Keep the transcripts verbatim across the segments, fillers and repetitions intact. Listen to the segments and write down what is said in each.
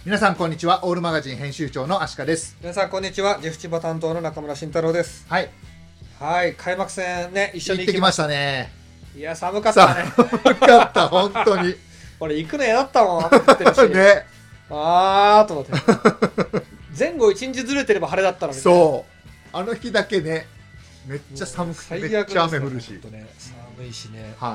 皆さんこんにちは。オールマガジン編集長のアシカです。 皆さんこんにちは。ジェフ千葉担当の中村慎太郎です。 はい。 はい、開幕戦ね、一緒に行ってきましたね。 いや、寒かったね。 寒かった、本当に。 俺行くの嫌だったもん。ってるしね。 あーと思って。前後一日ずれてれば晴れだったのに、ね。 そう。あの日だけね、めっちゃ寒くて、めっちゃ雨降るし。 ね、寒いしね。 はい。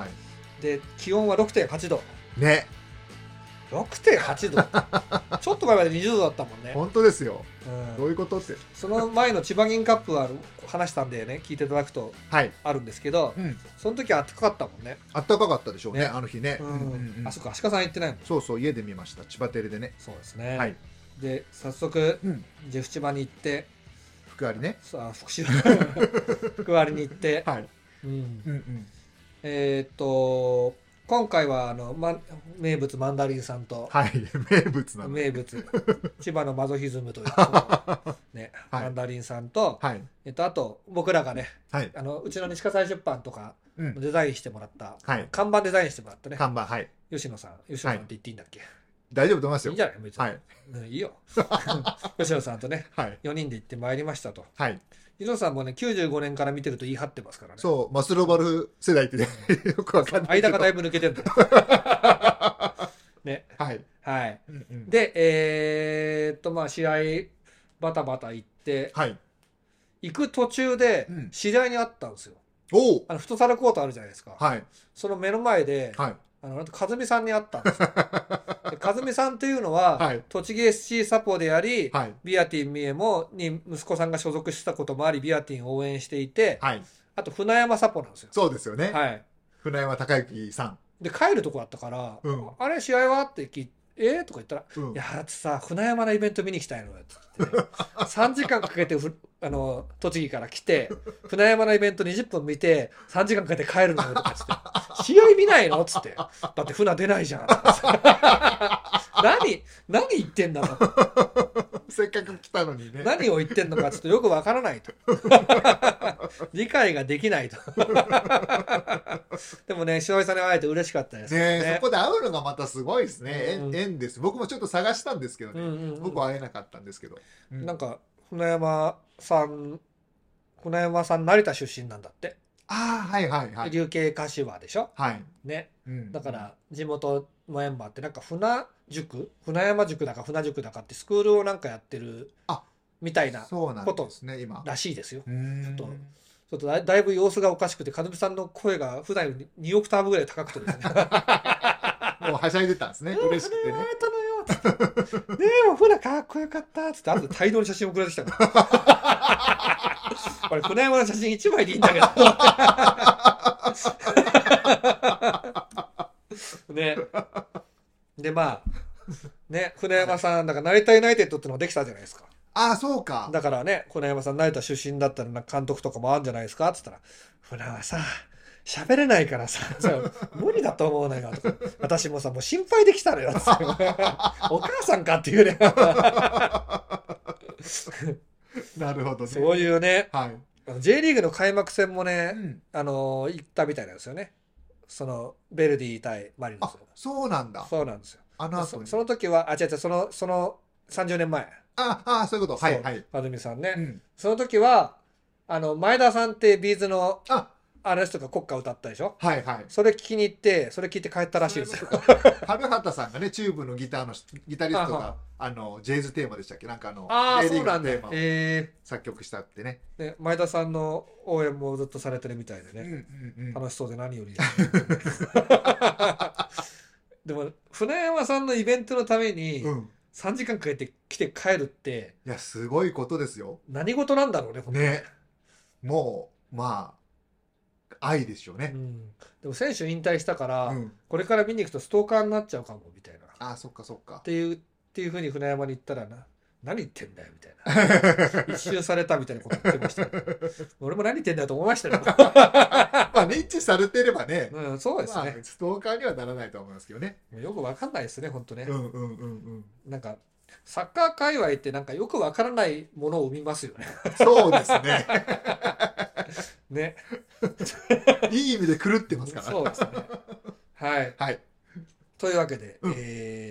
で、気温は ろくてんはちど。 ね。 ろくてんはちどちょっと前までにじゅうどだったもんね。 本当ですよ、 うん、 どういうことって。 その前の千葉銀カップは話したんでね、聞いていただくとあるんですけど、はい、うん、その時は暖かかったもんね。 暖かかったでしょうね、ね、あの日ね、うんうんうん、あ、そっか、足利さん行ってないもん。 そうそう、家で見ました、千葉テレでね。 そうですね、 はい、 で早速、うん、ジェフ千葉に行って福割ね、 さあ福島福割に行って、はい、うんうんうん、えー、っと今回はあの、ま、名物マンダリンさんと、 はい、名物なの名物千葉のマゾヒズムという、ね、はい、マンダリンさんと、はい、えっと、あと僕らがね、はい、あのうちの西葛西出版とかデザインしてもらった、うん、看板デザインしてもらったね、看板、はい、吉野さん、吉野さんって言っていいんだっけ、はい、 大丈夫と思いますよ。 いいんじゃない別に、はい、うん、いいよ吉野さんとね、はい、よにんで行ってまいりましたと。はい、吉野さんもねきゅうじゅうごねんから見てると言い張ってますからね。そう、マスロバル世代ってねよくわかんないけど間がだいぶ抜けてるんだね、はいはい、うんうん、でえー、っとまあ試合バタバタ行って、はい、行く途中で知り合いに会ったんですよ、うん、おあのフットサルコートあるじゃないですか、はい、その目の前で、はい、あの和美さんに会ったんですよで和美さんというのは、はい、栃木 エスシー サポであり、はい、ビアティン三重もに息子さんが所属したこともありビアティンを応援していて、はい、あと船山サポなんですよ。そうですよね、はい、船山孝之さんで帰るとこだったから、うん、あれ試合はって聞いてえー、とか言ったら、うん、いやだってさ船山のイベント見に来たいのよって、ね、さんじかんかけてあの栃木から来て船山のイベントにじゅっぷん見てさんじかんかけて帰るのよとかつって試合見ないのっつってだって船出ないじゃん何何言ってんだとせっかく来たのにね何を言ってんのかちょっとよくわからないと理解ができないとでもね久々に会えて嬉しかったですね。ね、そこで会うのがまたすごいですね、うん、縁です。僕もちょっと探したんですけどね、うんうんうん、僕は会えなかったんですけど、うん、なんか船山さん船山さん成田出身なんだって。ああはいはいはい。流慶柏でしょ、はいね、うん、だから地元の縁もあってなんか船塾船山塾だか船塾だかってスクールをなんかやってるみたいなことらしいですよ。ちょっとちょっと だ, だいぶ様子がおかしくて和美さんの声が普段よりにオクターブぐらい高くてですねもうはしゃいでたんですね、嬉しくてね。ねえもう船かっこよかったっつって後で大量の写真送られてきたからこれ船山の写真いちまいでいいんだけどねでまあね船山さんだから成田ユナイテッドってのができたじゃないですか。ああそうか。だからね船山さん成田出身だったら監督とかもあるんじゃないですかっつったら船山さん喋れないからさ無理だと思うのよとか私もさもう心配できたのよお母さんかっていうねなるほどね。そういうね、はい、J リーグの開幕戦もね、うん、あの行ったみたいなんですよね。そのベルディ対マリノス。あそうなんだ。そうなんですよ。あの後に そ, その時はあ違う違うそのそのさんじゅうねんまえああそういうことはいはい和美さんね、うん、その時はあの前田さんってビーズのああの人が国歌歌ったでしょ。はいはい。それ聞きに行ってそれ聞いて帰ったらしいですよ。春畑さんがねチューブのギターのギタリストがあのジェイズテーマでしたっけなんかあのあ J リーグのテーマを作曲したってね。で前田さんの応援もずっとされてるみたいでね、うんうんうん、楽しそうで何よりでも船山さんのイベントのためにさんじかんかけて来て帰るって、いやすごいことですよ。何事なんだろうね。ねもうまあ愛でしょうね、うん、でも選手引退したから、うん、これから見に行くとストーカーになっちゃうかもみたいな。あそっかそっかっていうっていうふうに船山に言ったらな何言ってんだよみたいな一周されたみたいなこと言ってましたけど俺も何言ってんだよと思いましたよまあ認知されてればね、うん、そうですね、まあ、ストーカーにはならないと思いますけどね。よくわかんないですね本当ね。うんうんうんうんなんかサッカー界隈ってなんかよくわからないものを生みますよね。そうですねねいい意味で狂ってますから。そうですねはい、はい、というわけで、うん、えー、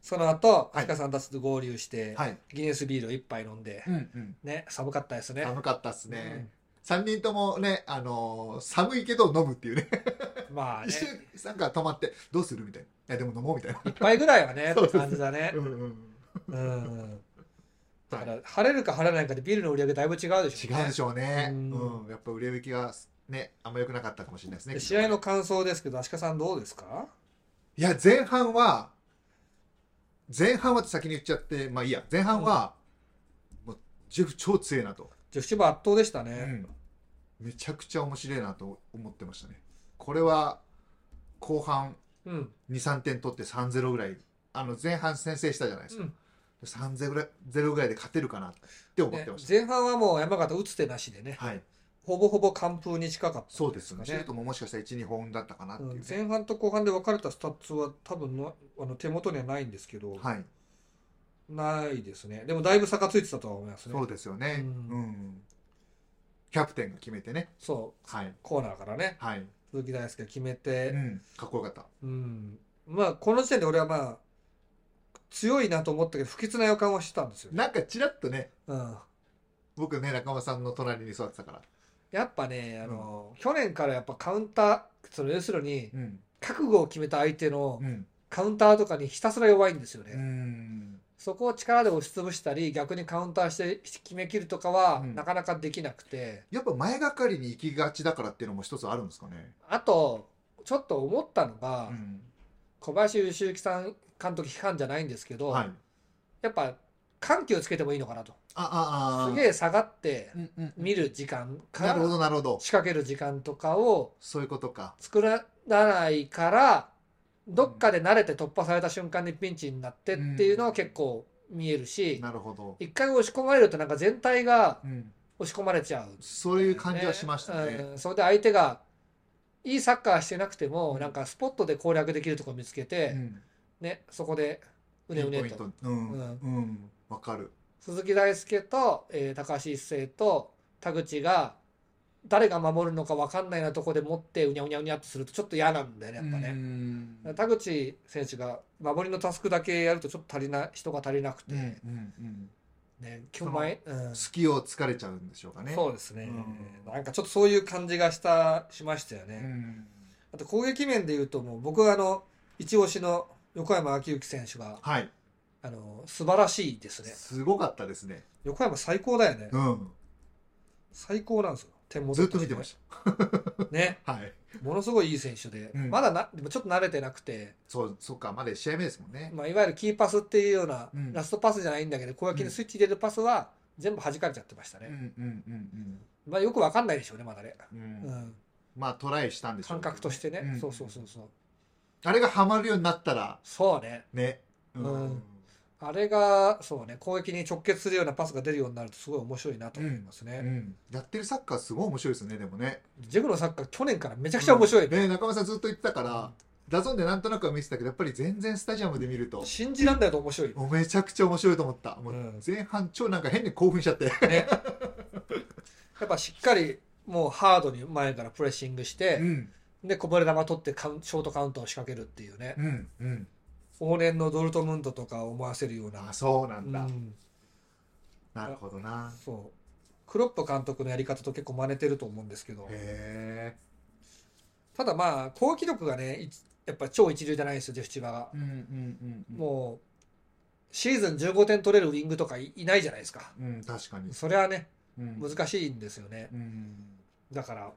その後、 はい足利さんたちと合流して、 はい。 ギネスビールを一杯飲んで、 うんうん。 ね、寒かったですね。 寒かったっすね。三人ともね、あのー寒いけど飲むっていうね。 うんまあね一、瞬、なんか止まって、どうするみたいな。いや、でも飲もうみたいな。 一杯ぐらいはね、 そうですって感じだねう。んうん。 うん。だかはら、晴れるか晴れないかでビールの売り上げだいぶ違うでしょうね。 違うでしょうね。 ううんん。やっぱ売れ行きがね、あんま良くなかったかもしれないですね。 で試合の感想ですけど、足利さんどうですか？ いや、前半は、前半はって先に言っちゃって、まあいいや、前半は、もう、ジェフ超強いなと。 女子部圧倒でしたうね。 ん。めちゃくちゃ面白いなと思ってましたね。これは、後半うん。 に、さんてん取って さんたいゼロ ぐらい、あの、前半先制したじゃないですか。 うんさんたいゼロぐらいで勝てるかなって思っねてました。 前半はもう山形打つ手なしでね、 はい。 ほぼほぼ完封に近かったそうですね。シューね。 トももしかしたらいち、にほんだったかなっていうう、 んね前半と後半で分かれたスタッツは多分のあの手元にはないんですけど、 はい。 ないですね。でもだいぶ差がついてたとは思いますね。 そうですよね。 ううんん。キャプテンが決めてね。 そうはい。 コーナーからね、 はい。 鈴木大輔が決めうて、 ん。かっこよかった。 うんまあこの時点で俺はまあ強いなと思ったけど不吉な予感はしてたんですよね。 なんかちらっとね、 うん僕ね、中間さんの隣に座ってたから。 やっぱね、あの、去年からやっぱカウンター、その要するに、 うん。 覚悟を決めた相手のうん。 カウンターとかにひたすら弱いんですよね。 うん。 そこを力で押しつぶしたり、逆にカウンターして決めきるとかは、 うんなかなかできなくて、 やっぱ前がかりに行きがちだからっていうのも一つあるんですかね。 あと、ちょっと思ったのが、 うん。 小林義行さん監督批判じゃないんですけど、 はい。 やっぱ緩急つけてもいいのかなと。 あ、あ、あ。 すげえ下がってうんうん。 見る時間からなるほど、なるほど。 仕掛ける時間とかをそういうことか。 作らないからどっかで慣れて突破された瞬間にピンチになってっていうのは結構見えるし、 なるほど。 一回押し込まれるとなんか全体がうん。 押し込まれちゃう、 そういう感じはしましたね。 うんそれで相手がいいサッカーしてなくても、 うんなんかスポットで攻略できるところ見つけて、 うん。 ね、そこでうねうねとピンポイント。うん。うん。わかる。 鈴木大輔と、えー高橋一生と田口が誰が守るのか分かんないようなところで持ってうにゃうにゃうにゃっとするとちょっと嫌なんだよねやっぱうね。 ん。 田口選手が守りのタスクだけやるとちょっと足りな人が足りなくて、 うん。うん。うん。 ね、今日前、うん、 隙を疲れちゃうんでしょうかね。 そうですね、 うんなんかちょっとそういう感じがしたしましたよね。 うん。 あと攻撃面でいうともう僕はあの一押しの横山昭之選手がはい。 あの素晴らしいですね。 すごかったですね。 横山最高だよね、 うん。 最高なんですよ点もずっと見てましねた。はい。 ものすごいいい選手で、 うんまだなでもちょっと慣れてなくて、 そう、そっか、まだいち試合目ですもんね。 まあ、いわゆるキーパスっていうような、 うんラストパスじゃないんだけど攻撃にスイッチ入れるパスは全部弾かれちゃってましたうん。うね、 ん。うん。 まあ、よくわかんないでしょうねまだね、 うん。 ううん。 ん、 まあ、トライしたんでしょう感けどね。 覚としてね、 んそうそうそうそうあれがハマるようになったら、 そうねね。 うんあれがそうね攻撃に直結するようなパスが出るようになるとすごい面白いなと思いますね、 うん。やってるサッカーすごい面白いですよね、でもね。 ジェフのサッカー去年からめちゃくちゃ面白いね、 ね、中間さんずっと言ってたから、ダゾーンでなんとなくは見てたけど、やっぱり全然スタジアムで見ると、 信じらんないと面白い、 もうめちゃくちゃ面白いと思った。もううん前半超なんか変に興奮しちゃって。 ね、やっぱしっかりもうハードに前からプレッシングして、 うん。 でこぼれ球取ってカウンショートカウントを仕掛けるっていうね、 うん。うん。 往年のドルトムントとかを思わせるようなあ、そうなんだ。 うんなるほどな。 そうクロップ監督のやり方と結構真似てると思うんですけど、 へただまあ攻撃力がねいやっぱ超一流じゃないですよジェフチバがえ。、うんうんうん。 もうシーズンじゅうごてん取れるウィングとかいいないじゃないですか。 うん、確かに。 それはねうん。 難しいんですよね。 うん。 だから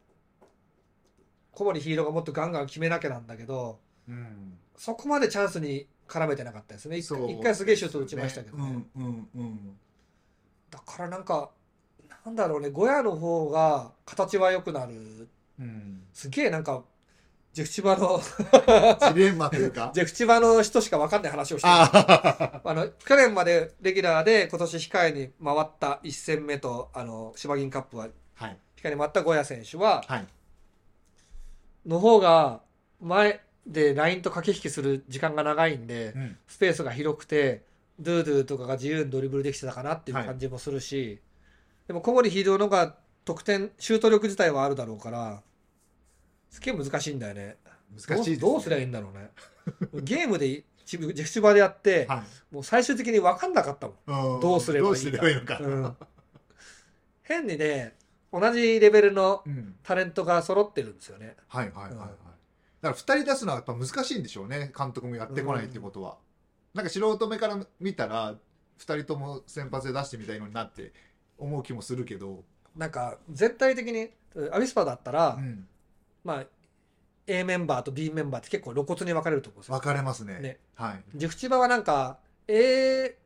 小森ヒーローがもっとガンガン決めなきゃなんだけど、 うん。 そこまでチャンスに絡めてなかったですね。一そう回一回すげえシュート打ちましたけどね。 うんうんうん。 だからなんかなんだろうね、ゴヤの方が形は良くなる。 うん。 すげえなんかジェフチバのジレンマというか。 ジェフチバの人しか分かんない話をしてる。 ああの去年までレギュラーで今年控えに回ったいち戦目とあの芝銀カップははい。 控えに回ったゴヤ選手ははい。 の方が前でラインと駆け引きする時間が長いんでうん。 スペースが広くてドゥードゥとかが自由にドリブルできてたかなっていう感じもするし、でも小森秀夫のが得点シュート力自体はあるだろうからすげえ難しいんだよね。 難しいですね。 どうどうすりゃいいんだろうね。ゲームでジェフチバでやって、 はい、 もう最終的に分かんなかったもん、うん、どうすればいいか、どうすればいいのか、うん、変にね同じレベルのタレントが揃ってるんですよね、 うん、はいはいはいはい、うん、だからふたり出すのはやっぱ難しいんでしょうね、監督もやってこないってことは、うん、なんか素人目から見たらふたりとも先発で出してみたいのになって思う気もするけど、 なんか絶対的にアビスパだったら、うん、まあ A メンバーと B メンバーって結構露骨に分かれると思うんですよ。 分かれますね。 ね、 はい。 ジェフチバはなんか A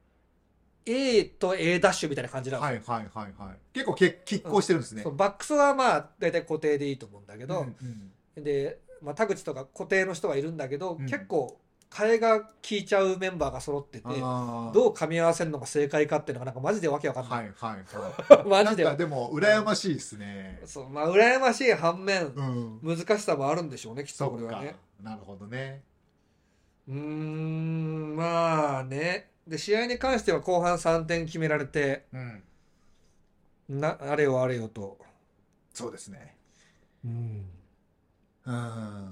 A と A ダッシュみたいな感じなんですよ。 はいはいはいはい。結構け拮抗してるんですね。 うん、バックスはまあ大体固定でいいと思うんだけど、うんうん、で、まあ、田口とか固定の人はいるんだけど、うん、結構替えが効いちゃうメンバーが揃ってて、どう噛み合わせるのが正解かっていうのがなんかマジでわけわかんない。はいはいはい。マジで。 なんかでも羨ましいですね。 うん、そう、まあ羨ましい反面、うん、難しさもあるんでしょうね、きっとこれはね。 なるほどね。 うーん、まあね。で試合に関しては後半さんてん決められて、うん、なあれよあれよと。 そうですね。 うん。うん。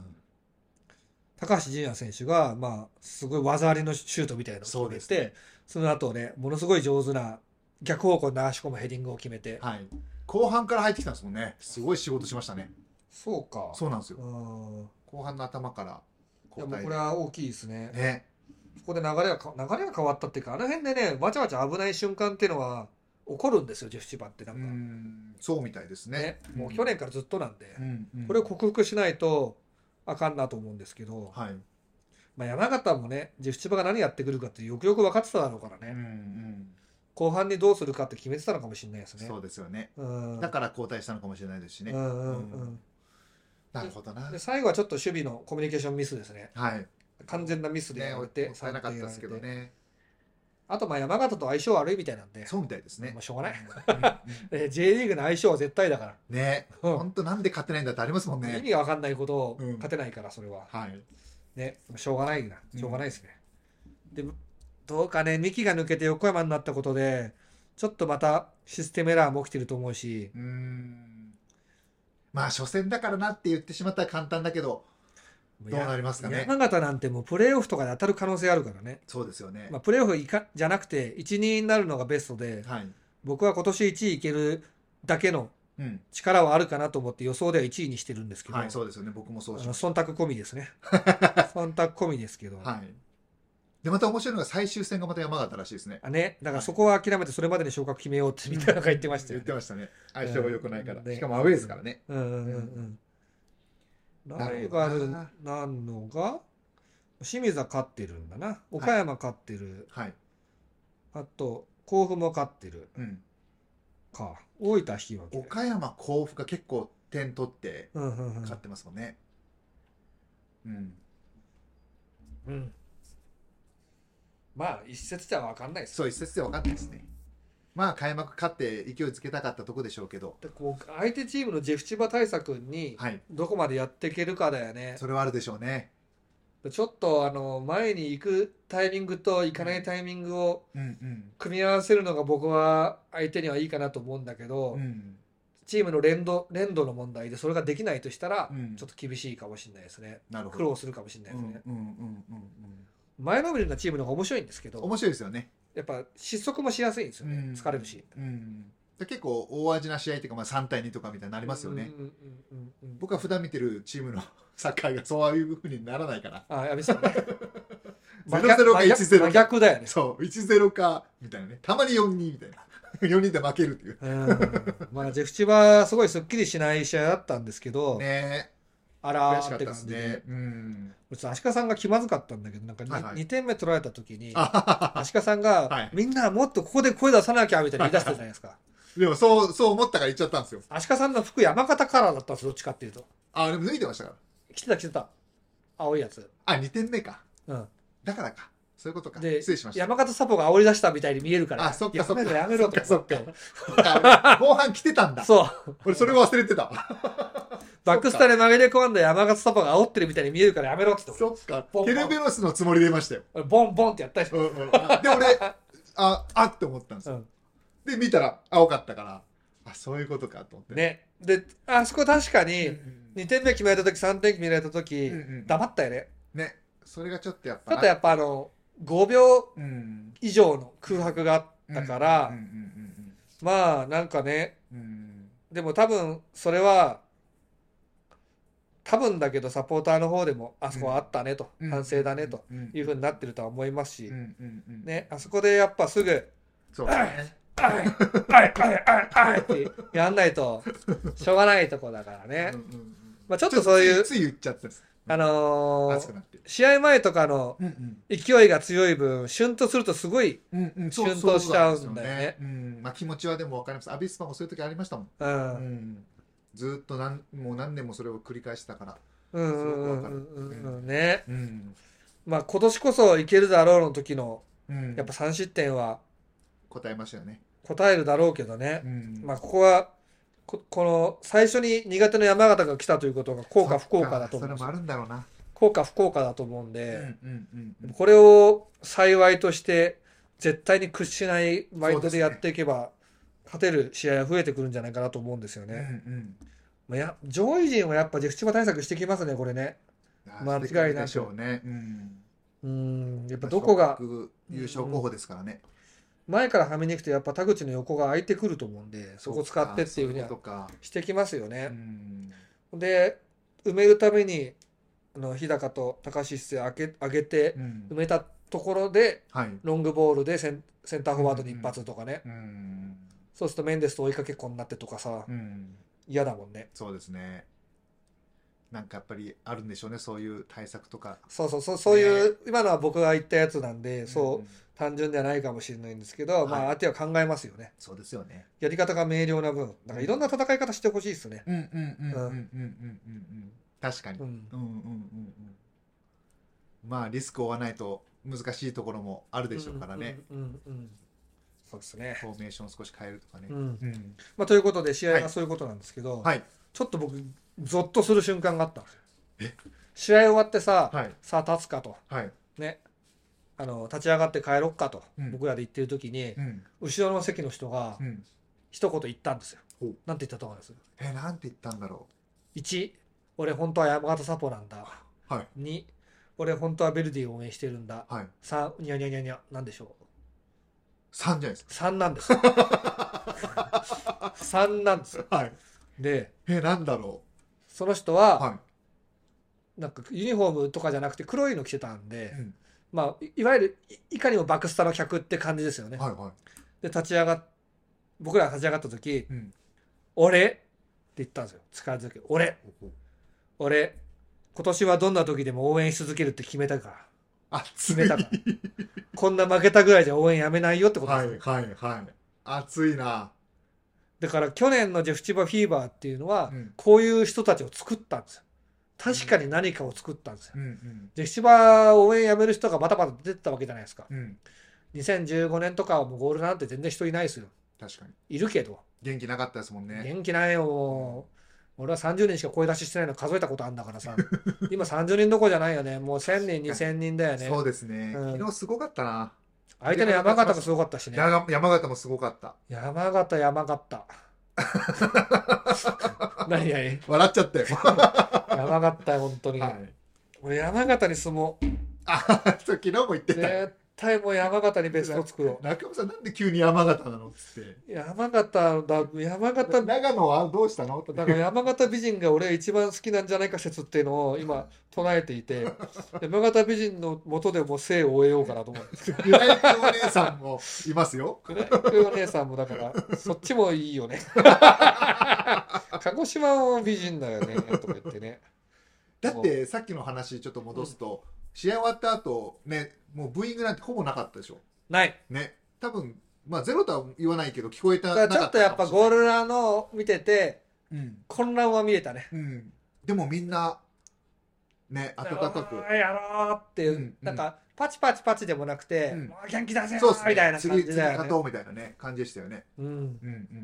高橋純也選手が、まあ、すごい技ありのシュートみたいなのを決めて、そ、ね、その後ね、ものすごい上手な逆方向に流し込むヘディングを決めて、 はい、後半から入ってきたんですもんね。すごい仕事しましたね。 そうか。 そうなんですよ。後半の頭から交代で。いやもうこれは大きいですね。 ね。 ここで流れが流れが変わったっていうか、あの辺でね、わちゃわちゃ危ない瞬間っていうのは起こるんですよ、ジェフチバってなんか。 うんそうみたいですね。ね、 もう去年からずっとなんで、うんうん、これを克服しないとあかんなと思うんですけど、はい、まあ、山形もね、ジェフチバが何やってくるかってよくよく分かってただろうからね、うんうん、後半にどうするかって決めてたのかもしれないですね。 そうですよね、うん、だから交代したのかもしれないですしね。うんうんうん、なるほどな。 で最後はちょっと守備のコミュニケーションミスですね。 はい、 完全なミスでやられて、 ね、されなかったですけどね。 あとまあ山形と相性悪いみたいなんで、 そうみたいですね。 まあしょうがない。うんうん、J リーグの相性は絶対だから。 ね、本当なんで勝てないんだってありますもんね。 意味が分かんないことを勝てないからそれは。 うん、はい。 ね、しょうがないな、しょうがないですね。うん、でどうかね、幹が抜けて横山になったことで、ちょっとまたシステムエラーも起きてると思うし。 うーん。まあ初戦だからなって言ってしまったら簡単だけど。どうなりますかね。 山形なんてもうプレーオフとかで当たる可能性あるからね。 そうですよね。 まあ、プレーオフいかじゃなくていち、にいになるのがベストで、はい、僕は今年いちいいけるだけの力はあるかなと思って予想ではいちいにしてるんですけど、 はい、そうですよね。僕もそうします。忖度込みですね。忖度込みですけど。 はい。でまた面白いのが最終戦がまた山形らしいですね。 あね、だからそこは諦めてそれまでに昇格決めようってみたいなのが言ってましたよね。 言ってましたね。相性が良くないから。うん、しかもアウェーですからね。 うんうんうんうん。ライバルなのが清水は勝ってるんだな、岡山勝ってる、はい、あと甲府も勝ってる、うん、か大分引き分け。 岡山甲府が結構点取って勝ってますもんね。うん、 うん、まあ一節では分かんないです。 そう一節では分かんないですね。まあ開幕勝って勢いつけたかったとこでしょうけど、 でこう相手チームのジェフチバ対策にどこまでやっていけるかだよね、はい、 それはあるでしょうね。 ちょっとあの前に行くタイミングと行かないタイミングを組み合わせるのが僕は相手にはいいかなと思うんだけど、うん、チームの連動連動の問題でそれができないとしたらちょっと厳しいかもしれないですね、うん、苦労するかもしれないですね。前のめりなチームの方が面白いんですけど、 面白いですよね。 やっぱ失速もしやすいんですよね、うん、疲れるし、うん、 結構大味な試合っていうか、まあ、さんたいにとかみたいになりますよね。僕は普段見てるチームのサッカーがそういう風にならないから。ああ、やめそうね。ゼロゼロかいちゼロか。 逆だよね。 そう、いちゼロかみたいなね。たまによんにみたいな。よにんで負けるっていう。 うんまあジェフチはすごいすっきりしない試合だったんですけど。ね。あらーって感じで。ね、うん。足利さんが気まずかったんだけど、なんか 2,、はいはい、にてんめ取られた時に足利さんが、はい、みんなもっとここで声出さなきゃみたいな言い出したじゃないですか。 でもそうそう思ったから言っちゃったんですよ。 足利さんの服山形カラーだったんですよ、どっちかっていうと。 あ、でも脱いでましたから。 着てた着てた。青いやつ。 あ、にてんめか。うん。だからか。そういうことか。 で、失礼しました。山形サポが煽り出したみたいに見えるから。 あ、そっかそっか。 やめろやめろと。 そっかそっか。後半着てたんだ。 そう。 俺それ忘れてた。 バックスタで紛れ込んだ山形サポが煽ってるみたいに見えるからやめろって言って。 そっか。ケルベロスのつもりでいましたよ。 ボンボンってやったでしょ。うんうん、 で、俺、あ、あって思ったんですよ。うん、で、見たら青かったから、あ、そういうことかと思って。 ね。で、あそこ確かににてんめ決められた時、さんてん決められた時、うんうん、黙ったよね。 ね。 それがちょっとやっぱちょっとやっぱあのごびょう以上の空白があったからまあなんかね、うん、でも多分それは多分だけどサポーターの方でもあそこはあったねと、うん、反省だねというふうになってるとは思いますし、うんうんうん、ね、あそこでやっぱすぐそうですねあいあいあいあいってやんないとしょうがないとこだからね。うんうんうん、まあちょっとそういうつい言っちゃってあのー、試合前とかの勢いが強い分シュンとするとすごいシュンとしちゃうんだよね。 うん、まあ気持ちはでも分かります。アビスパもそういう時ありましたもん。うんうん、ずっと何もう何年もそれを繰り返してたから。うんうんうんうんね。うん、まあ今年こそいけるだろうの時の、うん、やっぱさん失点は答えましたよね。 答えるだろうけどね。うん、まあここはこ, この最初に苦手の山形が来たということが効か不効かだと思うんです。 それもあるんだろうな。 効か不効かだと思うんで、うんうんうんうん、これを幸いとして絶対に屈しないマインドでやっていけば、ね、勝てる試合が増えてくるんじゃないかなと思うんですよね。うんうんまあ、や上位陣はやっぱジェフ千葉対策してきますねこれね。間違いなく。でしょうね。うん、うんやっぱどこが優勝候補ですからね。 前からはめに行くとやっぱ田口の横が空いてくると思うんでそこ使ってっていうふうにはしてきますよね。で埋めるためにあの日高と高橋一生上げ上げて埋めたところで、うんはい、ロングボールでセン、センターフォワードに一発とかね、うんうん、そうするとメンデスと追いかけっこになってとかさ、うん、嫌だもんね。 そうですね。なんかやっぱりあるんでしょうねそういう対策とか。 そうそうそうそういう、ね、今のは僕が言ったやつなんで、うん、そう単純ではないかもしれないんですけど、はい、まあ相手は考えますよね。 そうですよね。 やり方が明瞭な分なんかいろんな戦い方してほしいですね。うんうんうんうんうんうんうん確かに。うんうんうんうん。まあリスクを負わないと難しいところもあるでしょうからね。うんうんうんうん、 そうですね。 フォーメーションを少し変えるとかね。 うんうんまあ、ということで試合がそういうことなんですけど、はい、ちょっと僕ゾッとする瞬間があったんですよ。え試合終わってさ、はい、さあ立つかと、はい、ねあの立ち上がって帰ろっかと、うん、僕らで言ってる時に、うん、後ろの席の人が、うん、一言言ったんですよ。なんて言ったと思います？ えなんて言ったんだろう。いち俺本当は山形サポなんだ。はい、に俺本当はベルディを応援してるんだ。はい、さんにゃにゃにゃにゃなんでしょう。 さんじゃないですか。 さんなんですさんなんですよ。はい、でえなんだろうその人は、はい、なんかユニフォームとかじゃなくて黒いの着てたんで、うん、まあいわゆるいかにもバクスタの客って感じですよね。はいはい、で立ち上がっ僕らが立ち上がった時、うん、俺って言ったんですよ。力強く俺俺今年はどんな時でも応援し続けるって決めたから。決めたからこんな負けたぐらいじゃ応援やめないよってことですね。はいはいはい熱いな。 だから去年のジェフ千葉フィーバーっていうのは、うん、こういう人たちを作ったんですよ。確かに何かを作ったんですよ。うんうん、ジェフ千葉応援やめる人がバタバタ出てたわけじゃないですか。うん、にせんじゅうごねんとかはもうゴールなんて全然人いないですよ。 確かにいるけど元気なかったですもんね。 元気ないよ。俺はさんじゅうにんしか声出ししてないの数えたことあるんだからさ今さんじゅうにんどころじゃないよね。もうせんにんにせんにんだよね。 そうですね、うん、昨日すごかったな。 相手の山形もすごかったしね。 山形もすごかった。 山形山形何何笑っちゃったよ山形本当に、はい、俺山形に住もう。 あ昨日も言ってた。 絶対もう山形にベスト作ろう。 中尾さんなんで急に山形なのっつって。 山形だ山形長野はどうしたの？ だから山形美人が俺一番好きなんじゃないか説っていうのを今唱えていて山形美人の元でも生を終えようかなと思うんですけど。 グライクお姉さんもいますよ。 グライクお姉さんもだからそっちもいいよね。鹿児島も美人だよねとか言ってね。 だってさっきの話ちょっと戻すと、うん、試合終わった後ねもうブーイングなんてほぼなかったでしょ。 ないね多分まあゼロとは言わないけど聞こえた。 だからちょっとやっぱゴールラーの見てて、うん、混乱は見えたね、 うん、でもみんなね温かくやろうっていう、うん、なんかパチパチパチでもなくて、うん、元気出せよ、ね、みたいな感じだよね。次勝とうみたいなね感じでしたよね、うんうんうん、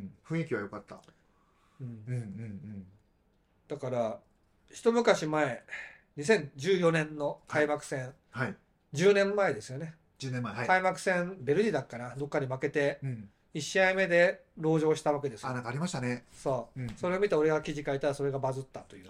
雰囲気は良かった、うんうんうんうん、 だから一昔前にせんじゅうよねんの開幕戦、はいはい、じゅうねんまえですよね。 じゅうねんまえ、はい、 開幕戦ベルディだっかなどっかに負けて、うん、いち試合目で籠城したわけですよ。 あなんかありましたね。 そう、うん、それを見て俺が記事書いたらそれがバズったというね。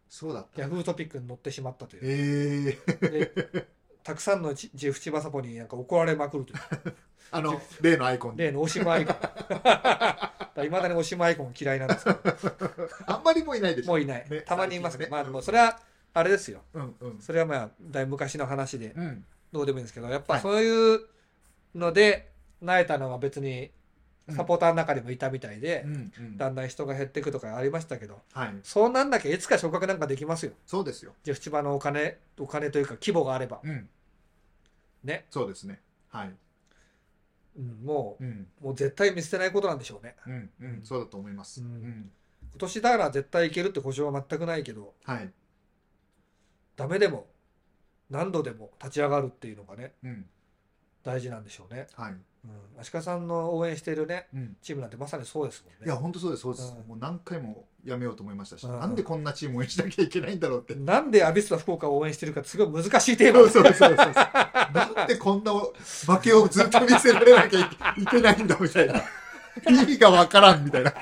そうだった。 ヤフートピックに載ってしまったという。 ええー、でたくさんのジェフ千葉サポになんか怒られまくるというあの例のアイコン例のおしまアイコンいまだにおしまアイコン嫌いなんですけどあんまりもういないでしょ。 もういない、 ね、 たまにいます、 ね、 まあもうそれはあれですよ、 うんうん、 それはまあだいぶ昔の話で、 うん、 どうでもいいんですけど、やっぱそういうので萎えたのは別にサポーターの中にもいたみたいで、うんうん、だんだん人が減っていくとかありましたけど、はい、そうなんだけいつか昇格なんかできますよ。 そうですよ。 ジェフ千葉のお金お金というか規模があれば、うん、ね。 そうですね。はい。 うん、もう、うん、もう絶対見捨てないことなんでしょうね。 うんうん、そうだと思います。うん、 今年だから絶対いけるって保証は全くないけど、はい、ダメでも何度でも立ち上がるっていうのがね、うん、大事なんでしょうね。はい。うん、足利さんの応援しているね、うん、チームなんてまさにそうですもんね。 いや本当そうですそうです、うん、もう何回もやめようと思いましたし、うん、なんでこんなチームを応援しなきゃいけないんだろうって、 なんでアビスパ福岡を応援してるかすごい難しいテーマです。 そうそうそうそうなんでこんな負けをずっと見せられなきゃいけないんだみたいな意味がわからんみたいな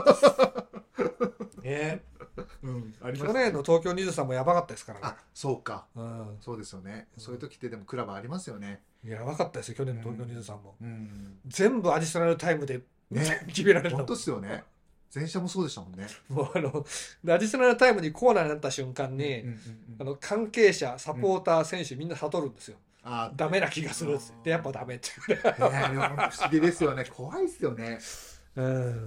ね、うん、ありますね。去年の東京にじゅうさんもやばかったですからね。 あ、そうか、うん、そうですよね、うん、そういう時ってでもクラブありますよね。 やばかったですよ去年の東京にじゅうさんも、うんうん、全部アディショナルタイムで、ね、決められるの。 本当ですよね。前者もそうでしたもんね。 もうあのアディショナルタイムにコーナーになった瞬間に、うんうんうんうん、あの関係者サポーター、うん、選手みんな悟るんですよ。あ、ダメな気がするっでやっぱダメっていうね。 不思議ですよね。怖いですよね。うん、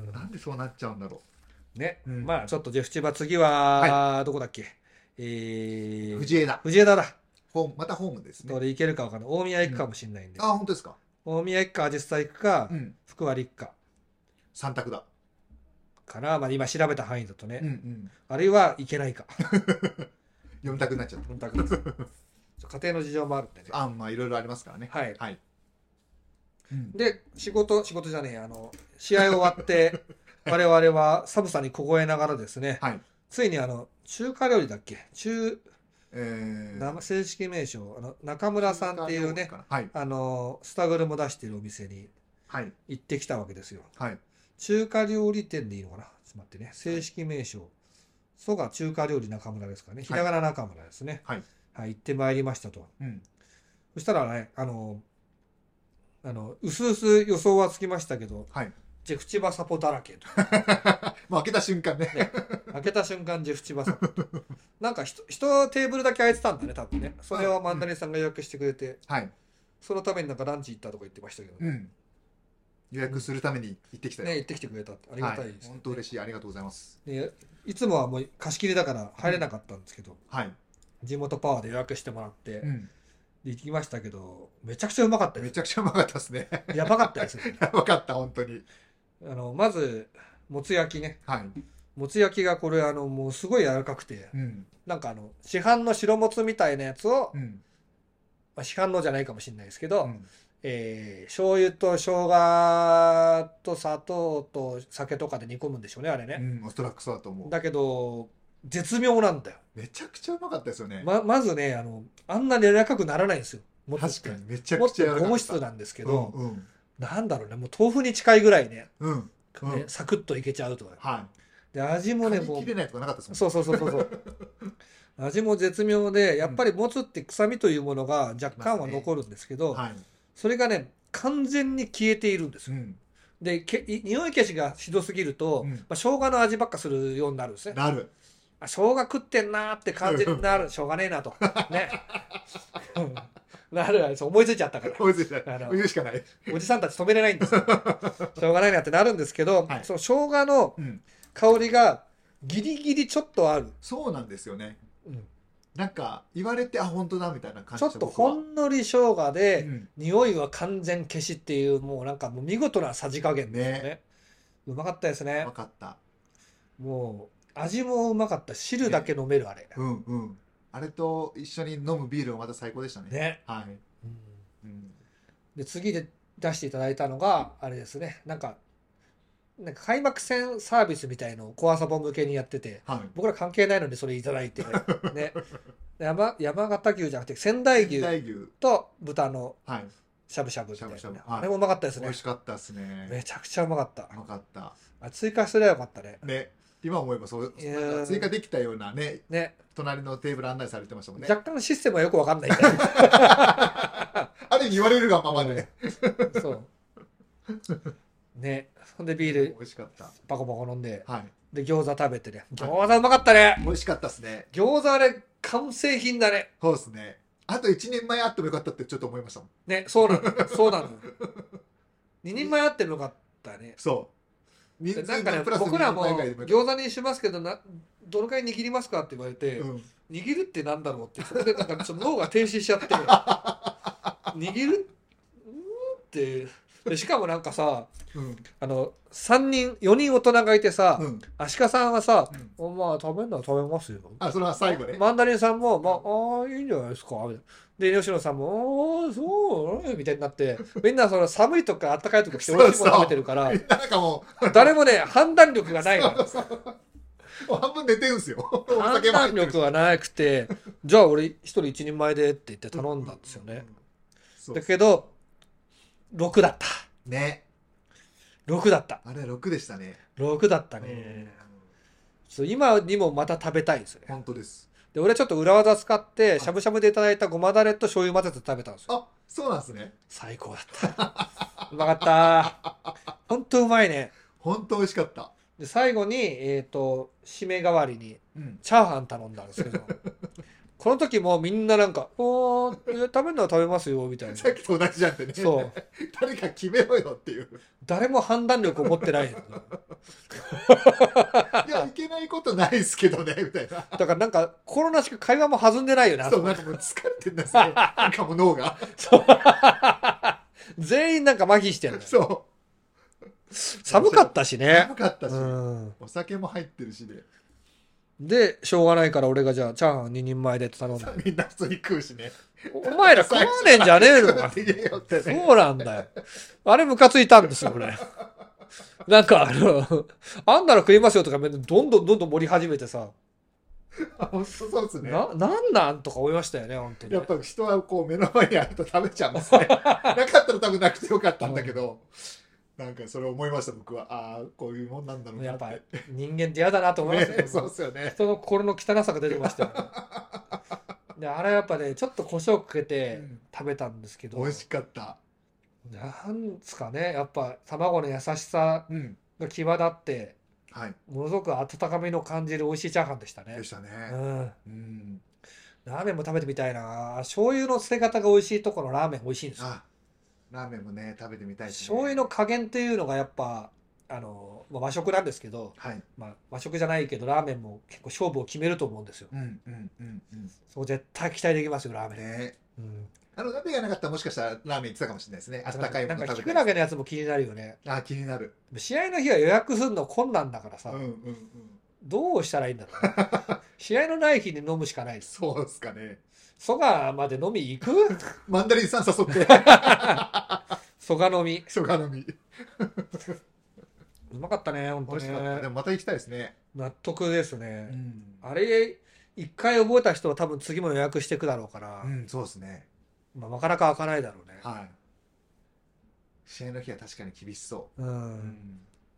なんでそうなっちゃうんだろうね、うん、まあちょっとジェフ千葉次は、はい、どこだっけ、えー、 藤枝藤枝だ。 ホームまたホームですね。 どれ行けるか分からない。大宮行くかもしれないんで、 うん、あ本当ですか。 大宮行くかアジスタ行くか、うん、福割行くかさん択だから、まあ、今調べた範囲だとね、うんうん、あるいは行けないかよん択になっちゃった。 よん択です家庭の事情もあるんでね。 あ、まあいろいろありますからね。 はい、はい、うん、で仕事仕事じゃねえあの試合終わって我々は寒さに凍えながらですね、はい、ついにあの中華料理だっけ中えー、正式名称あの中村さんっていうね、はい、あのスタグルも出しているお店に行ってきたわけですよ、はい、中華料理店でいいのかな。ちょっと待ってね、正式名称蘇我中華料理中村ですかね、ひらがな中村ですね、はいはい、行ってまいりましたと、うん、そしたらねあのあのうすうす予想はつきましたけど、はい、ジェフ千葉サポだらけともう開けた瞬間 ね, ね開けた瞬間ジェフ千葉サポなんか一テーブルだけ空いてたんだね多分ね。それはマンダリンさんが予約してくれて、うん、はい、そのためになんかランチ行ったとか言ってましたけど、ね、うん、 予約するために行ってきたよ、 ね、行ってきてくれたってありがたいです、 ね、はい、本当嬉しい、ありがとうございます。 でいつもはもう貸し切りだから入れなかったんですけど、うん、はい、地元パワーで予約してもらって、うん、で行きましたけどめちゃくちゃうまかったです。 めちゃくちゃうまかったですねやばかったですねやばかった本当に。 あのまずもつ焼きね、はい、もつ焼きがこれあのもうすごい柔らかくて、うん、なんかあの市販の白もつみたいなやつを、うん、まあ、市販のじゃないかもしれないですけど、うん、えー、醤油と生姜と砂糖と酒とかで煮込むんでしょうねあれね、 うん、おそらくそうだと思う。 だけど絶妙なんだよ。 めちゃくちゃうまかったですよね。 ま, まずねあのあんなに柔らかくならないんですよ。も確かにめちゃくちゃ柔らかかった。もっとゴム質なんですけど、うんうん、なんだろうねもう豆腐に近いぐらいね、うんうん、ねサクッといけちゃうとか、はい、で味もねもう切れないとかなかったですもん。 そうそうそうそう味も絶妙でやっぱりもつって臭みというものが若干は残るんですけど、うん、はい、それがね完全に消えているんですよ、うん、でけ匂い消しがひどすぎると、うん、まあ、生姜の味ばっかするようになるんですね。 なる。 あ生姜食ってんなーって感じになるしょうがねえなとねなるそう思いついちゃったから思いついちゃった。言うしかない。 おじさんたち止めれないんですよしょうがないなってなるんですけど、はい、その生姜の香りがギリギリちょっとある、うん、 そうなんですよね、うん、なんか言われてあ本当だみたいな感じ。 ちょっとほんのり生姜で、うん、匂いは完全消しっていうもうなんかもう見事なさじ加減ですよね。ね、うまかったですね。 うまかった。もう味もうまかった。汁だけ飲めるあれ、 ね、うんうん、あれと一緒に飲むビールもまた最高でしたね。ね、はい、うんうん、で次で出していただいたのがあれですね、なんかなんか開幕戦サービスみたいのをコアサポ向けにやってて、はい、僕ら関係ないのにそれいただいて、ね、山, 山形牛じゃなくて仙台牛と豚のしゃぶしゃぶみたいな、はい、あれもうまかったですね。 美味しかったですね。 めちゃくちゃうまかった。 うまかった。 あ追加すればよかったね。 ね、 今思えばそういやなんか追加できたようなねね、 隣のテーブル案内されてましたもんね。 若干システムはよくわかんないんだよあれ言われるがままで、 うんそうね、ほんでビール美味しかった。 パコパコ飲んで、 はい。 で餃子食べてね、餃子うまかったね。 美味しかったですね。 餃子あれ完成品だね。 そうですね。あといちねんまえあってもよかったってちょっと思いましたもん。 ね、そうなのそうなのににんまえあってもよかったね。 そう人なんかね数分プラス僕らもににんまえぐらいでもよかっ餃子にしますけどな、どのくらい握りますかって言われて、 たうん握るってなんだろうって、そこでなんかちょっと脳が停止しちゃって握るってでしかもなんかさ、 うんあのさんにんよにん大人がいてさ、 うんアシカさんはさ、 うんおまあ食べるのは食べますよ。 あそれは最後ね。 マンダリンさんも、まあ、ああ、いいんじゃないですか。みたいなで、吉野さんも、ああ、そう、みたいになって、みんなその寒いとこから暖かいとこ来て美味しいもの食べてるからみん、ななんかも誰もね、判断力がないの。 うそうそうもう半分寝てるんですよ。お判酒も入ってるし断力がなくて、じゃあ俺一人一人前でって言って頼んだんですよね。 そうだけど、ろくだった。 ねろくだった。 あれろくでしたね。 ろくだったうんね。そう今にもまた食べたいですね。 本当です。 で、俺ちょっと裏技使って、しゃぶしゃぶでいただいたごまだれと醤油混ぜて食べたんですよ。 あそうなんですね。 最高だったうまかったほんとうまいね。 本当美味しかった。 で最後にえっ、と締め代わりにうんチャーハン頼んだんですけどこの時もみんななんか「おーえ食べるのは食べますよ」みたいな。 さっきと同じじゃんってね。 そう誰か決めろよっていう。 誰も判断力を持ってないよいやいけないことないですけどねみたいな。 だからなんかコロナしか会話も弾んでないよね。 そうなんかもう疲れてんですね。なんかもう脳が。 そう全員なんか麻痺してるのよ。 そ寒かったしう。 ね寒。かったし、 うんお酒も入ってるしで、 でしょうがないから俺がじゃあチャーハンににんまえでって頼んだ。 みんな普通に食うしね。 お前ら食わねえんじゃねえのか。 入れよってね。 そうなんだよ。あれムカついたんですよ、俺。なんかあの、あんなの食いますよとか、どんどんどんどん盛り始めてさ、 本当そうですね。 な、なんなんとか思いましたよね、本当に。 やっぱ人はこう目の前にあると食べちゃうんですね。なかったら多分なくてよかったんだけど、なんかそれ思いました僕は。ああこういうもんなんだろうなっ。 やってぱ人間って嫌だなと思いましたよ。 ね、そうですよね。 人の心の汚さが出てましたよね。で、あれやっぱね、ちょっと胡椒かけてうん食べたんですけど、 美味しかった。 なんですかね、やっぱ卵の優しさうん。 が際立って、 はい。 ものすごく温かみの感じる美味しいチャーハンでしたねで。したね。 うん。 うん。 ラーメンも食べてみたいな。醤油の捨て方が美味しいところのラーメン美味しいんですよ。 あ、ラーメンもね食べてみたいですね。 醤油の加減っていうのがやっぱあの、まあ、和食なんですけど、 はい。 まあ、和食じゃないけどラーメンも結構勝負を決めると思うんですよ。 うんうんうんうん。 そう絶対期待できますよラーメン。 ね。 うん、 あの鍋がなかったらもしかしたらラーメン行ってたかもしれないですね。温かいなんかもの食べたい。 キクラゲのやつも気になるよね。 あ、気になる。 試合の日は予約するの困難だからさ、 うんうんうん。 どうしたらいいんだろう、ね、試合のない日に飲むしかないです。 そうですかね。 蘇我まで飲み行くマンダリンさん誘って。 蘇我飲み蘇我飲み。 うまかったね本当に美味しかった。でね。 もまた行きたいですね。 納得ですね。 ん。 あれ一回覚えた人は多分次も予約していくだろうから、 うん、そうですね。 まあ、なかなか開かないだろうね。 はい。試合の日は確かに厳しそう。 うんうん。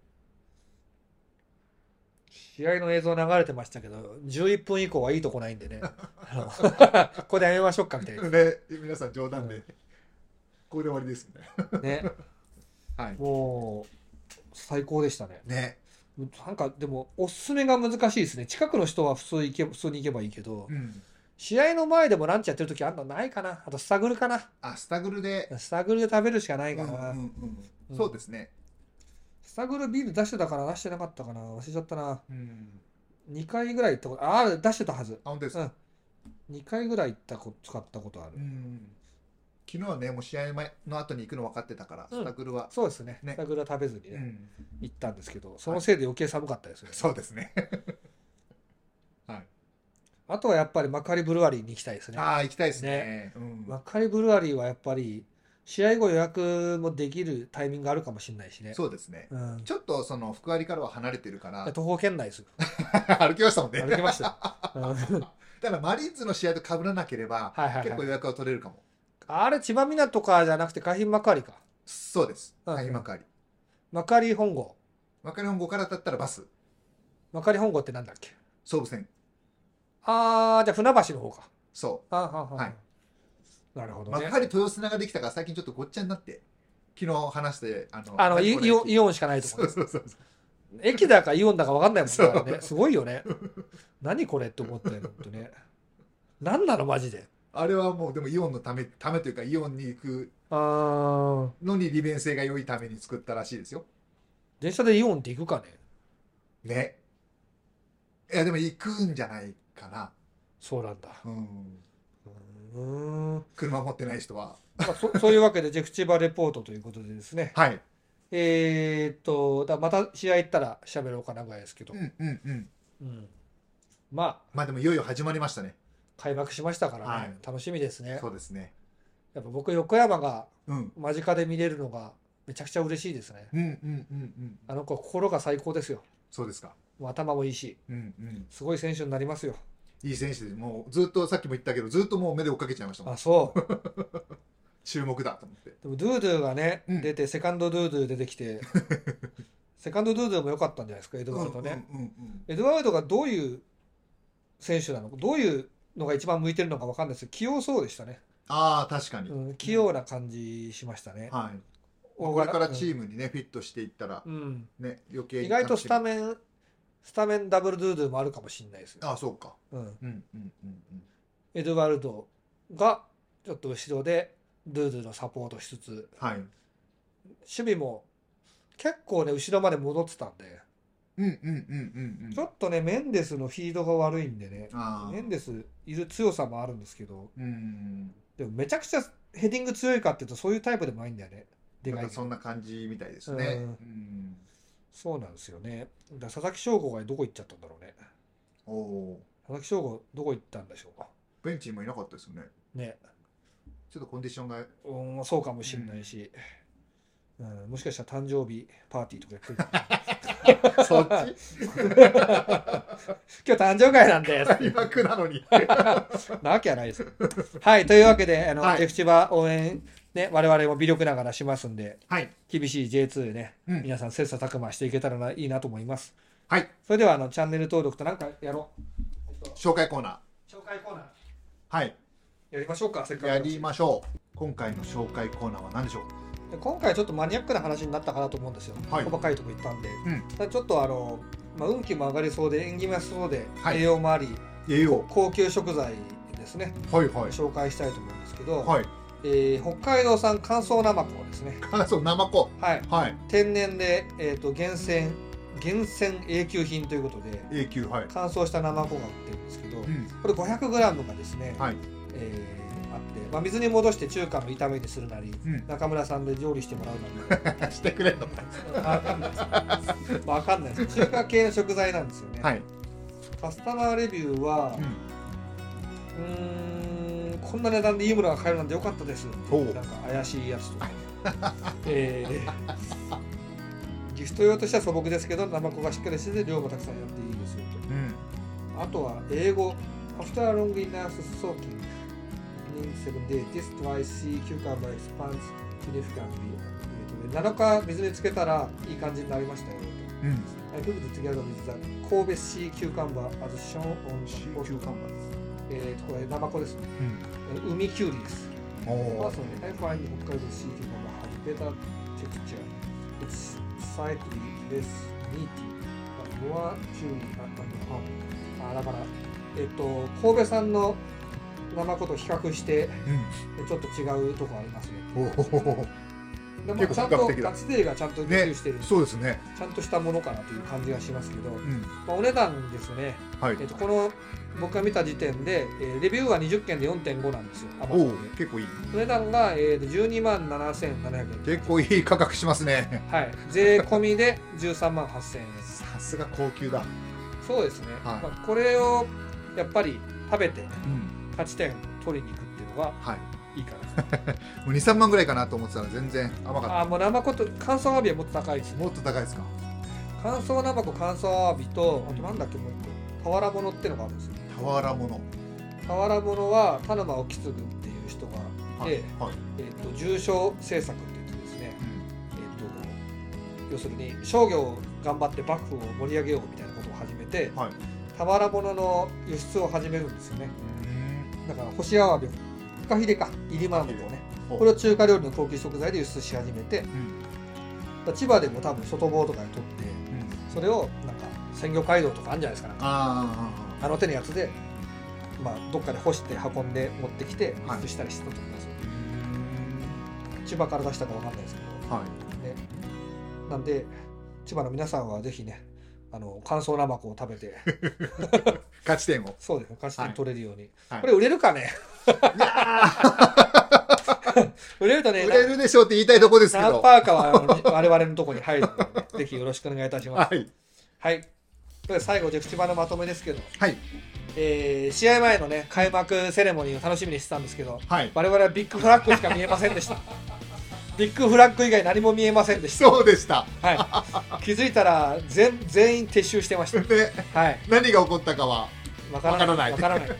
試合の映像流れてましたけどじゅういっぷん以降はいいとこないんでねあのここでやめましょうかみたいなね、皆さん冗談で、 うんこれで終わりですみたいね。 な。はい。 もう最高でしたね。 ね。 なんかでもおすすめが難しいですね。近くの人は普通行け普通に行けばいいけど、 うん。 試合の前でもランチやってる時あんのないかな。あとスタグルかな。 あ、スタグルで。 スタグルで食べるしかないかな。 うんうんうんうんそうですね。 スタグルビール出してたから出してなかったかな。忘れちゃったな。 うん。 にかいぐらい行ったこと、ああ、出してたはず。 あ、本当ですか。 うん。にかいぐらい行ったこ使ったことある。 うん。昨日はね、もう試合前の後に行くの分かってたから、 うんスタグルは。 そうですね。 ねスタグルは食べずにね、 うん。 行ったんですけど、そのせいで余計寒かったですよね。 そうですね。はい。 あとはやっぱりマカリブルワリーに行きたいですね。 ああ、行きたいですね。うん。 マカリブルワリーはやっぱり試合後予約もできるタイミングがあるかもしれないしね。 そうですね。 うん。 ちょっとその福割からは離れてるから、 徒歩圏内ですよ。 歩きましたもんね。 歩きましたよ。うんだからマリーンズの試合と被らなければ、 はいはいはい結構予約は取れるかも。 あれ千葉港かじゃなくて海浜幕張か。 そうです。 うんはい、幕張。 幕張本郷。 幕張本郷からだったらバス。 幕張本郷ってなんだっけ？ 総武線。 ああ、じゃあ船橋の方か。 そう。 あはは、 はい。 なるほどね。 幕張豊砂ができたから最近ちょっとごっちゃになって、昨日話してあのあのイオンイオンしかないところ。 そうそうそうそう。 駅だかイオンだか分かんないもんね。ね、すごいよね。何これって思ってるのね。何なのマジで。 あれはもうでもイオンのためためというかイオンに行くのに利便性が良いために作ったらしいですよ。 電車でイオンって行くかね。ね。いやでも行くんじゃないかな。 そうなんだ。うん。 うん。車持ってない人は。 まあ、そ, そういうわけでジェフチバレポートということでですね。 はい。 えー、っとだまた試合行ったら喋ろうかなぐらいですけど。うんうんうん。うん、まあまあでもいよいよ始まりましたね。 開幕しましたからね、はい、楽しみですね。 そうですね。 やっぱ僕横山が間近で見れるのがめちゃくちゃ嬉しいですね。うんうんうんうん。あの子心が最高ですよ。 そうですか。 もう頭もいいし、うんうん、すごい選手になりますよ。 いい選手で、もうずっとさっきも言ったけどずっともう目で追っかけちゃいましたもん。 あ、そう注目だと思って。 でもドゥードゥがね、うん、出てセカンドドゥードゥ出てきてセカンドドゥードゥも良かったんじゃないですか、エドワルドね、うんうんうんうん、エドワルドがどういう選手なのか、どういうのが一番向いてるのか分かんないですけど器用そうでしたね。 ああ確かに、 うん、器用な感じしましたね、 はい。これからチームにね、うん、フィットしていったら、うん、ね、余計に意外とスタメンスタメンダブルドゥードゥもあるかもしれないですよ。 ああそうか、うんうんうんうん、エドワルドがちょっと後ろでドゥードゥのサポートしつつ、はい、守備も結構ね後ろまで戻ってたんで、うんうんうんうんうん、ちょっとねメンデスのフィードが悪いんでね、メンデスいる強さもあるんですけど、うん、でもめちゃくちゃヘディング強いかっていうとそういうタイプでもないんだよね。 でかい、そんな感じみたいですね、うんうん、 そうなんですよね。だ佐々木翔吾がどこ行っちゃったんだろうね。おお。佐々木翔吾どこ行ったんでしょうか。 ベンチにもいなかったですよね。ね。ちょっとコンディションが、 うん、そうかもしれないし、うんうん、もしかしたら誕生日パーティーとかやってるかも。そっち今日誕生会なんです。 開幕なのに。 なわけはないです。はい、というわけで、あの、はい、ジェフ千葉応援、ね、我々も微力ながらしますんで、はい、厳しい ジェイツー ね、うん、皆さん切磋琢磨していけたらいいなと思います。はい。それではあのチャンネル登録となんかやろう。紹介コーナー。 紹介コーナー。 はい。 やりましょうか。せっかくやりましょう。今回の紹介コーナーは何でしょう。 今回ちょっとマニアックな話になったかなと思うんですよ。はい、細かいとこ行ったんで、うん、ちょっとあの、まあ、運気も上がりそうで縁起もそうで、はい、栄養もあり、栄養高級食材ですね、はいはい、紹介したいと思うんですけど、はい、えー、北海道産乾燥ナマコですね。 乾燥ナマコ、 はいはい、天然で、えー、と厳選厳選永久品ということで永久、はい、 乾燥したナマコが売ってるんですけど、うん、これ ごひゃくグラム がですね、はい、えーあって、まあ、水に戻して中華の炒めにするなり、うん、中村さんで調理してもらうなりしてくれんのか分かんないです分かんないです中華系の食材なんですよね、はい、カスタマーレビューは、うん、うーんこんな値段でいいものが買えるなんてよかったですっていうなんか怪しいやつとか、えー、ギフト用としては素朴ですけどナマコがしっかりしてて量もたくさんやっていいですよと、うん、あとは英語 After a long enough soaking seven days, this dry sea cucumber expands significantly. なのか水につけたらいい感じになりましたよ。うん、I cooked together with the Kobe sea cucumber as shown on the photo. えーと、これナマコですね。うん、海キュウリです。Personally, I find Hokkaido sea cucumber has better texture. It's slightly less meaty, but more chewy and hard. あ、だから、えっと、神戸産のナマコと比較して、うん、ちょっと違うとこありますね。でもちゃんとガチ勢がちゃんとレビューしてる、ね、 そうですね。 ちゃんとしたものかなという感じがしますけど、うん、まあ、お値段ですね、はい、えっとこの僕が見た時点で、えー、レビューはにじゅっけんで よんてんご なんですよ。 お結構いい。 お値段が、えー、とじゅうにまんななせんななひゃくえん。 結構いい価格しますね。 はい、税込みでじゅうさんまんはっせんえん。 さすが高級だ。 そうですね、はい、まあ、これをやっぱり食べて、うん、勝ち点取りに行くっていうのがいいかな、 はい、もうにさんまんぐらいかなと思ってたら全然甘かった。 あ、もうナマコと乾燥アワビはもっと高いです、 ね、もっと高いですか。 乾燥ナマコ乾燥アワビと、あとなんだっけもう一個俵物っていうのがあるんですよ。俵物俵物は田沼興継っていう人がいて、はいはい、えー、と重商政策って言ってですね、うん、えー、と要するに商業を頑張って幕府を盛り上げようみたいなことを始めめて、 はい、 俵物の輸出を始めるんですよね。だから干しアワビ、フカヒレか、入りマナコをね、これを中華料理の高級食材で輸出し始めて、うん、千葉でも多分外房とかで取って、うん、それをなんか鮮魚街道とかあるんじゃないですか、なんかあ, あの手のやつで、まあ、どっかで干して運んで持ってきて輸出したりしてたと思いますよ、はい、千葉から出したかわかんないですけど、はいね、なんで千葉の皆さんはぜひね、あの乾燥ナマコを食べて勝ち点をそうですね、勝ち点取れるように、はい、これ売れるかね売れるとね、 売れるでしょうって言いたいとこですけど、 何パーかは我々のところに入るので、ね、ぜひよろしくお願いいたします。はい、はい、で最後ジェフ千葉のまとめですけど、はい、えー、試合前のね開幕セレモニーを楽しみにしてたんですけど、はい、我々はビッグフラッグしか見えませんでしたビッグフラッグ以外何も見えませんでした。 そうでした、 はい、気づいたら 全, 全員撤収してました、ね、 はい、何が起こったかはわからない。わからない。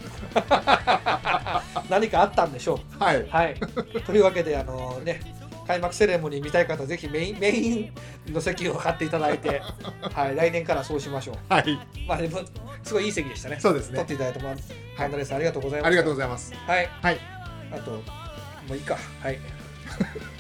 何かあったんでしょう。 はい。 はい。というわけであのね、開幕セレモニー見たい方ぜひメインメインの席を買っていただいて、はい、来年からそうしましょう。はい。まあでもすごいいい席でしたね。 そうですね。 取っていただいても、ハンダレスありがとうございます。 ありがとうございます。 はい。はい。あともういいか。はい。